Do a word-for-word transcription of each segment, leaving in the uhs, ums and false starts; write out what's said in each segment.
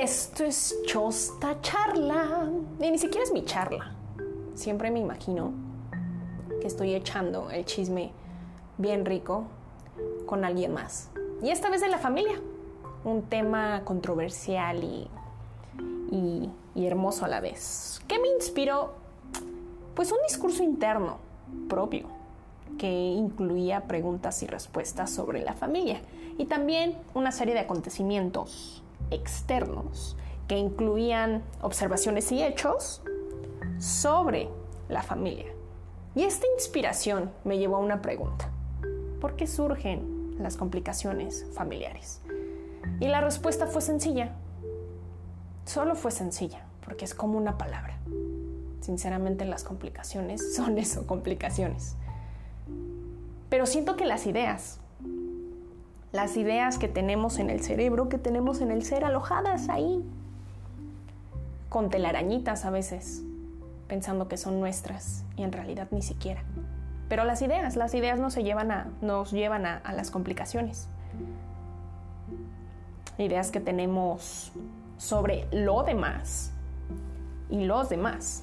Esto es Chosta Charla. Y ni siquiera es mi charla. Siempre me imagino que estoy echando el chisme bien rico con alguien más. Y esta vez de la familia. Un tema controversial y, y, y hermoso a la vez. ¿Qué me inspiró? Pues un discurso interno propio que incluía preguntas y respuestas sobre la familia. Y también una serie de acontecimientos externos que incluían observaciones y hechos sobre la familia. Y esta inspiración me llevó a una pregunta: ¿por qué surgen las complicaciones familiares? Y la respuesta fue sencilla. Solo fue sencilla, porque es como una palabra. Sinceramente, las complicaciones son eso, complicaciones. Pero siento que las ideas, las ideas que tenemos en el cerebro, que tenemos en el ser, alojadas ahí, con telarañitas a veces, pensando que son nuestras y en realidad ni siquiera. Pero las ideas, las ideas nos, se llevan, a, nos llevan a, a las complicaciones. Ideas que tenemos sobre lo demás y los demás.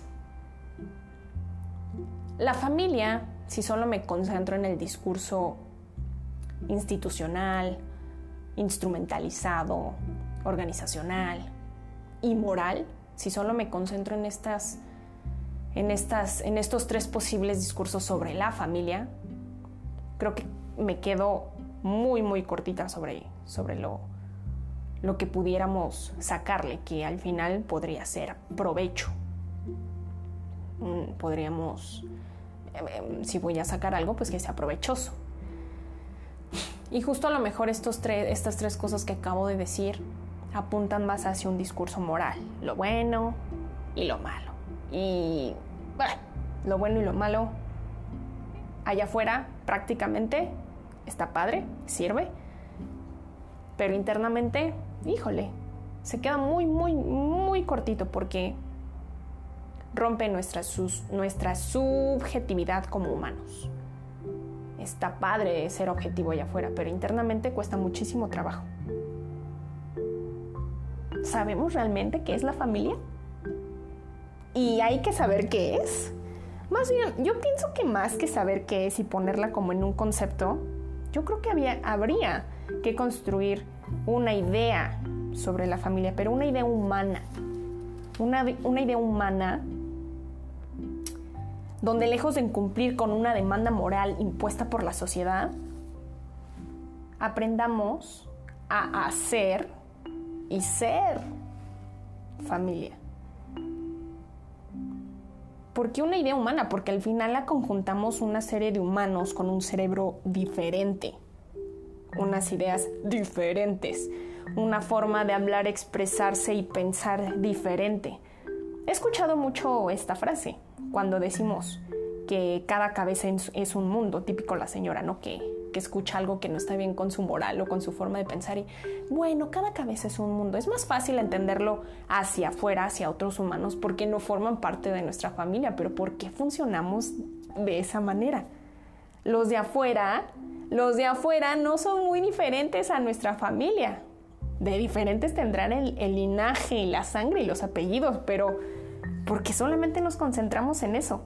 La familia, si solo me concentro en el discurso institucional, instrumentalizado, organizacional y moral, si solo me concentro en estas, en estas, en estos tres posibles discursos sobre la familia, creo que me quedo muy, muy cortita sobre, sobre lo, lo que pudiéramos sacarle, que al final podría ser provecho. Podríamos, eh, si voy a sacar algo, pues que sea provechoso. Y justo a lo mejor estos tres, estas tres cosas que acabo de decir apuntan más hacia un discurso moral: lo bueno y lo malo. Y bueno, lo bueno y lo malo allá afuera prácticamente está padre, sirve, pero internamente, híjole, se queda muy, muy, muy cortito, porque rompe nuestra, sus, nuestra subjetividad como humanos. Está padre ser objetivo allá afuera, pero internamente cuesta muchísimo trabajo. ¿Sabemos realmente qué es la familia? ¿Y hay que saber qué es? Más bien, yo pienso que más que saber qué es y ponerla como en un concepto, yo creo que había, habría que construir una idea sobre la familia, pero una idea humana. Una, una idea humana donde, lejos de cumplir con una demanda moral impuesta por la sociedad, aprendamos a hacer y ser familia. ¿Por qué una idea humana? Porque al final la conjuntamos una serie de humanos con un cerebro diferente, unas ideas diferentes, una forma de hablar, expresarse y pensar diferente. He escuchado mucho esta frase cuando decimos que cada cabeza es un mundo, típico la señora, ¿no? Que, que escucha algo que no está bien con su moral o con su forma de pensar y, bueno, cada cabeza es un mundo. Es más fácil entenderlo hacia afuera, hacia otros humanos, porque no forman parte de nuestra familia, pero ¿por qué funcionamos de esa manera? Los de afuera, los de afuera no son muy diferentes a nuestra familia. De diferentes tendrán el, el linaje y la sangre y los apellidos, pero porque solamente nos concentramos en eso.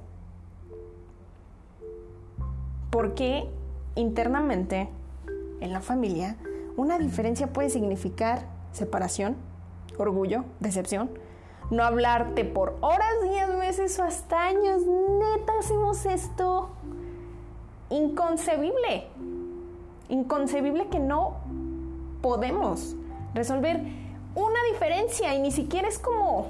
Porque internamente, en la familia, una diferencia puede significar separación, orgullo, decepción, no hablarte por horas, días, meses o hasta años. Neta, hacemos esto. Inconcebible. Inconcebible que no podemos resolver una diferencia, y ni siquiera es como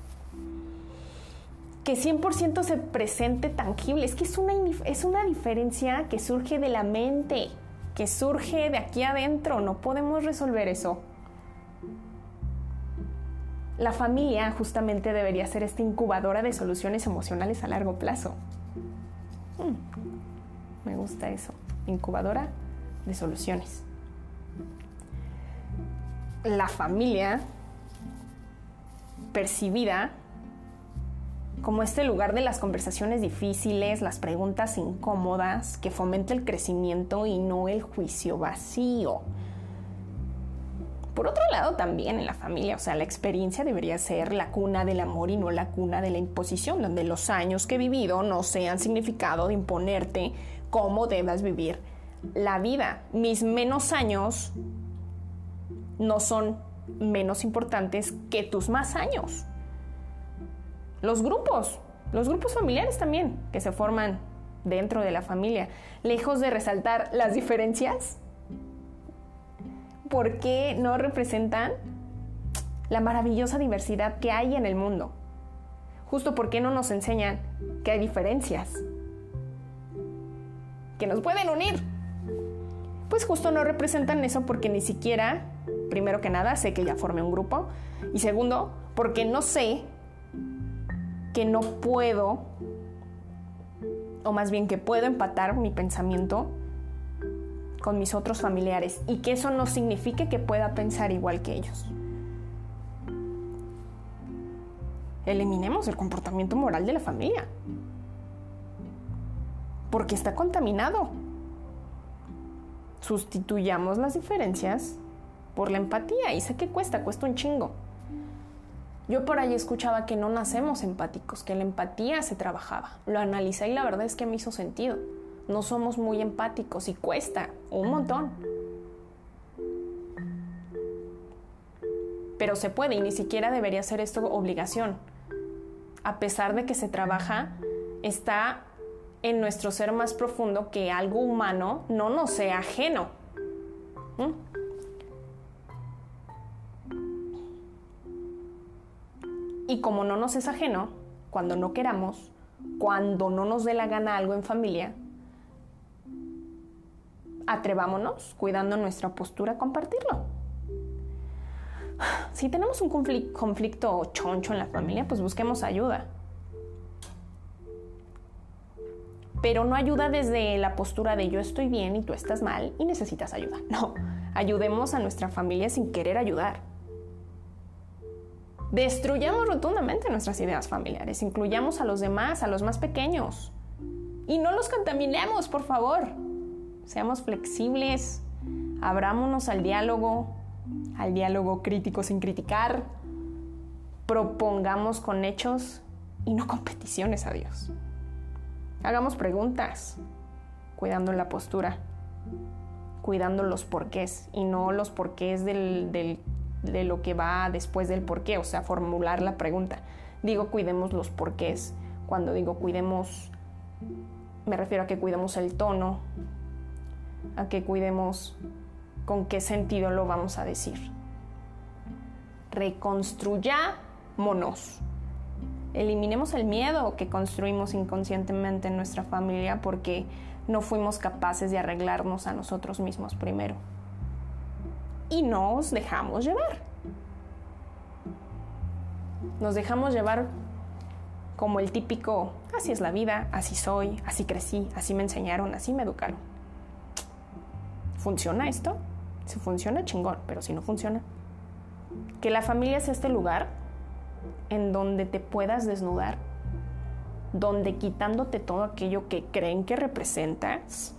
que cien por ciento se presente tangible. Es que es una, es una diferencia que surge de la mente, que surge de aquí adentro. No podemos resolver eso. La familia justamente debería ser esta incubadora de soluciones emocionales a largo plazo. Hmm, me gusta eso, incubadora de soluciones. La familia percibida como este lugar de las conversaciones difíciles, las preguntas incómodas, que fomenta el crecimiento y no el juicio vacío. Por otro lado, también en la familia, o sea, la experiencia debería ser la cuna del amor y no la cuna de la imposición, donde los años que he vivido no sean significado de imponerte cómo debas vivir la vida. Mis menos años no son menos importantes que tus más años. Los grupos, los grupos familiares también, que se forman dentro de la familia, lejos de resaltar las diferencias, ¿por qué no representan la maravillosa diversidad que hay en el mundo? Justo porque no nos enseñan que hay diferencias que nos pueden unir. Pues justo no representan eso porque ni siquiera, primero que nada, sé que ya formé un grupo. Y segundo, porque no sé que no puedo, o más bien que puedo empatar mi pensamiento con mis otros familiares y que eso no signifique que pueda pensar igual que ellos. Eliminemos el comportamiento moral de la familia, porque está contaminado. Sustituyamos las diferencias por la empatía, y sé que cuesta, cuesta un chingo. Yo por ahí escuchaba que no nacemos empáticos, que la empatía se trabajaba. Lo analicé y la verdad es que me hizo sentido. No somos muy empáticos y cuesta un montón. Pero se puede y ni siquiera debería ser esto obligación. A pesar de que se trabaja, está en nuestro ser más profundo que algo humano no nos sea ajeno. ¿Mm? Y como no nos es ajeno, cuando no queramos, cuando no nos dé la gana algo en familia, atrevámonos, cuidando nuestra postura, a compartirlo. Si tenemos un conflicto, conflicto choncho en la familia, pues busquemos ayuda. Pero no ayuda desde la postura de yo estoy bien y tú estás mal y necesitas ayuda. No, ayudemos a nuestra familia sin querer ayudar. Destruyamos rotundamente nuestras ideas familiares, incluyamos a los demás, a los más pequeños. Y no los contaminemos, por favor. Seamos flexibles, abrámonos al diálogo, al diálogo crítico sin criticar. Propongamos con hechos y no con peticiones a Dios. Hagamos preguntas, cuidando la postura, cuidando los porqués y no los porqués del, del, de lo que va después del porqué, o sea, formular la pregunta. Digo, cuidemos los porqués. Cuando digo cuidemos, me refiero a que cuidemos el tono, a que cuidemos con qué sentido lo vamos a decir. Reconstruyámonos. Eliminemos el miedo que construimos inconscientemente en nuestra familia porque no fuimos capaces de arreglarnos a nosotros mismos primero. Y nos dejamos llevar. Nos dejamos llevar como el típico, así es la vida, así soy, así crecí, así me enseñaron, así me educaron. ¿Funciona esto? Si funciona, chingón, pero si no funciona. Que la familia sea este lugar en donde te puedas desnudar, donde quitándote todo aquello que creen que representas,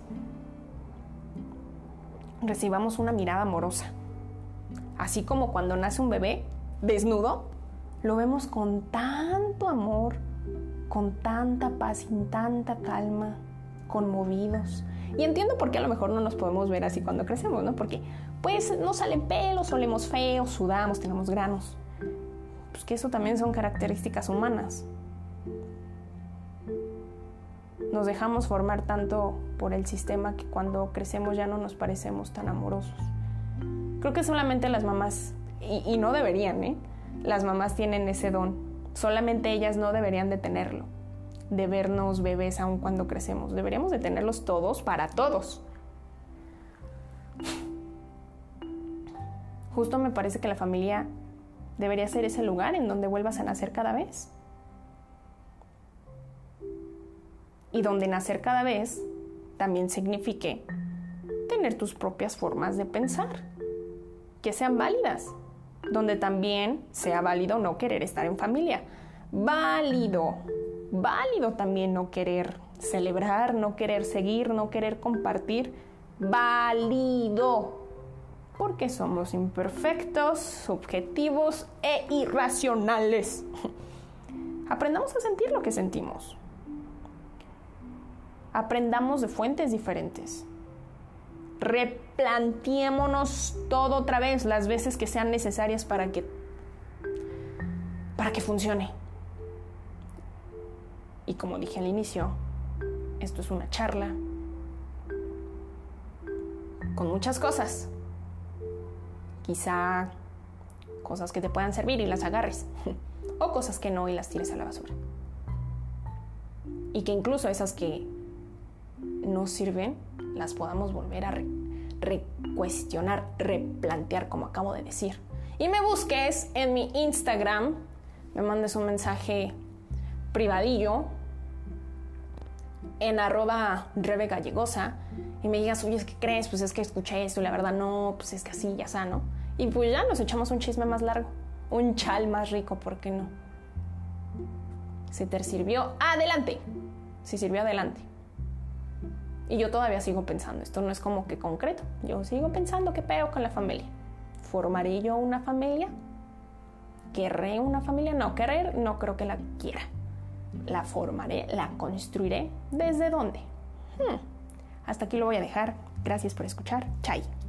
recibamos una mirada amorosa. Así como cuando nace un bebé desnudo, lo vemos con tanto amor, con tanta paz, sin tanta calma, conmovidos. Y entiendo por qué a lo mejor no nos podemos ver así cuando crecemos, ¿no? Porque pues nos salen pelos, olemos feos, sudamos, tenemos granos. Pues que eso también son características humanas. Nos dejamos formar tanto por el sistema que cuando crecemos ya no nos parecemos tan amorosos. Creo que solamente las mamás, y, y no deberían, ¿eh? Las mamás tienen ese don. Solamente ellas no deberían de tenerlo, de vernos bebés aun cuando crecemos. Deberíamos de tenerlos todos para todos. Justo me parece que la familia debería ser ese lugar en donde vuelvas a nacer cada vez. Y donde nacer cada vez también signifique tener tus propias formas de pensar, que sean válidas. Donde también sea válido no querer estar en familia. Válido, válido también no querer celebrar, no querer seguir, no querer compartir. Válido. porque somos imperfectos, subjetivos e irracionales. Aprendamos a sentir lo que sentimos. Aprendamos de fuentes diferentes. Replanteémonos todo otra vez las veces que sean necesarias para que, para que funcione. Y como dije al inicio, esto es una charla con muchas cosas. Quizá cosas que te puedan servir y las agarres. O cosas que no y las tires a la basura. Y que incluso esas que no sirven, las podamos volver a re- recuestionar, replantear, como acabo de decir. Y me busques en mi Instagram, me mandes un mensaje privadillo en arroba Rebe Gallegosa y me digas, oye, ¿qué crees? Pues es que escuché esto y la verdad no, pues es que así, ya está, ¿no? Y pues ya nos echamos un chisme más largo, un chal más rico, ¿por qué no? Si te sirvió, adelante. Si sirvió, adelante. Y yo todavía sigo pensando, esto no es como que concreto. Yo sigo pensando qué pedo con la familia. ¿Formaré yo una familia? ¿Querré una familia? No, querer, no creo que la quiera. La formaré, la construiré. ¿Desde dónde? Hmm. Hasta aquí lo voy a dejar. Gracias por escuchar. Chai.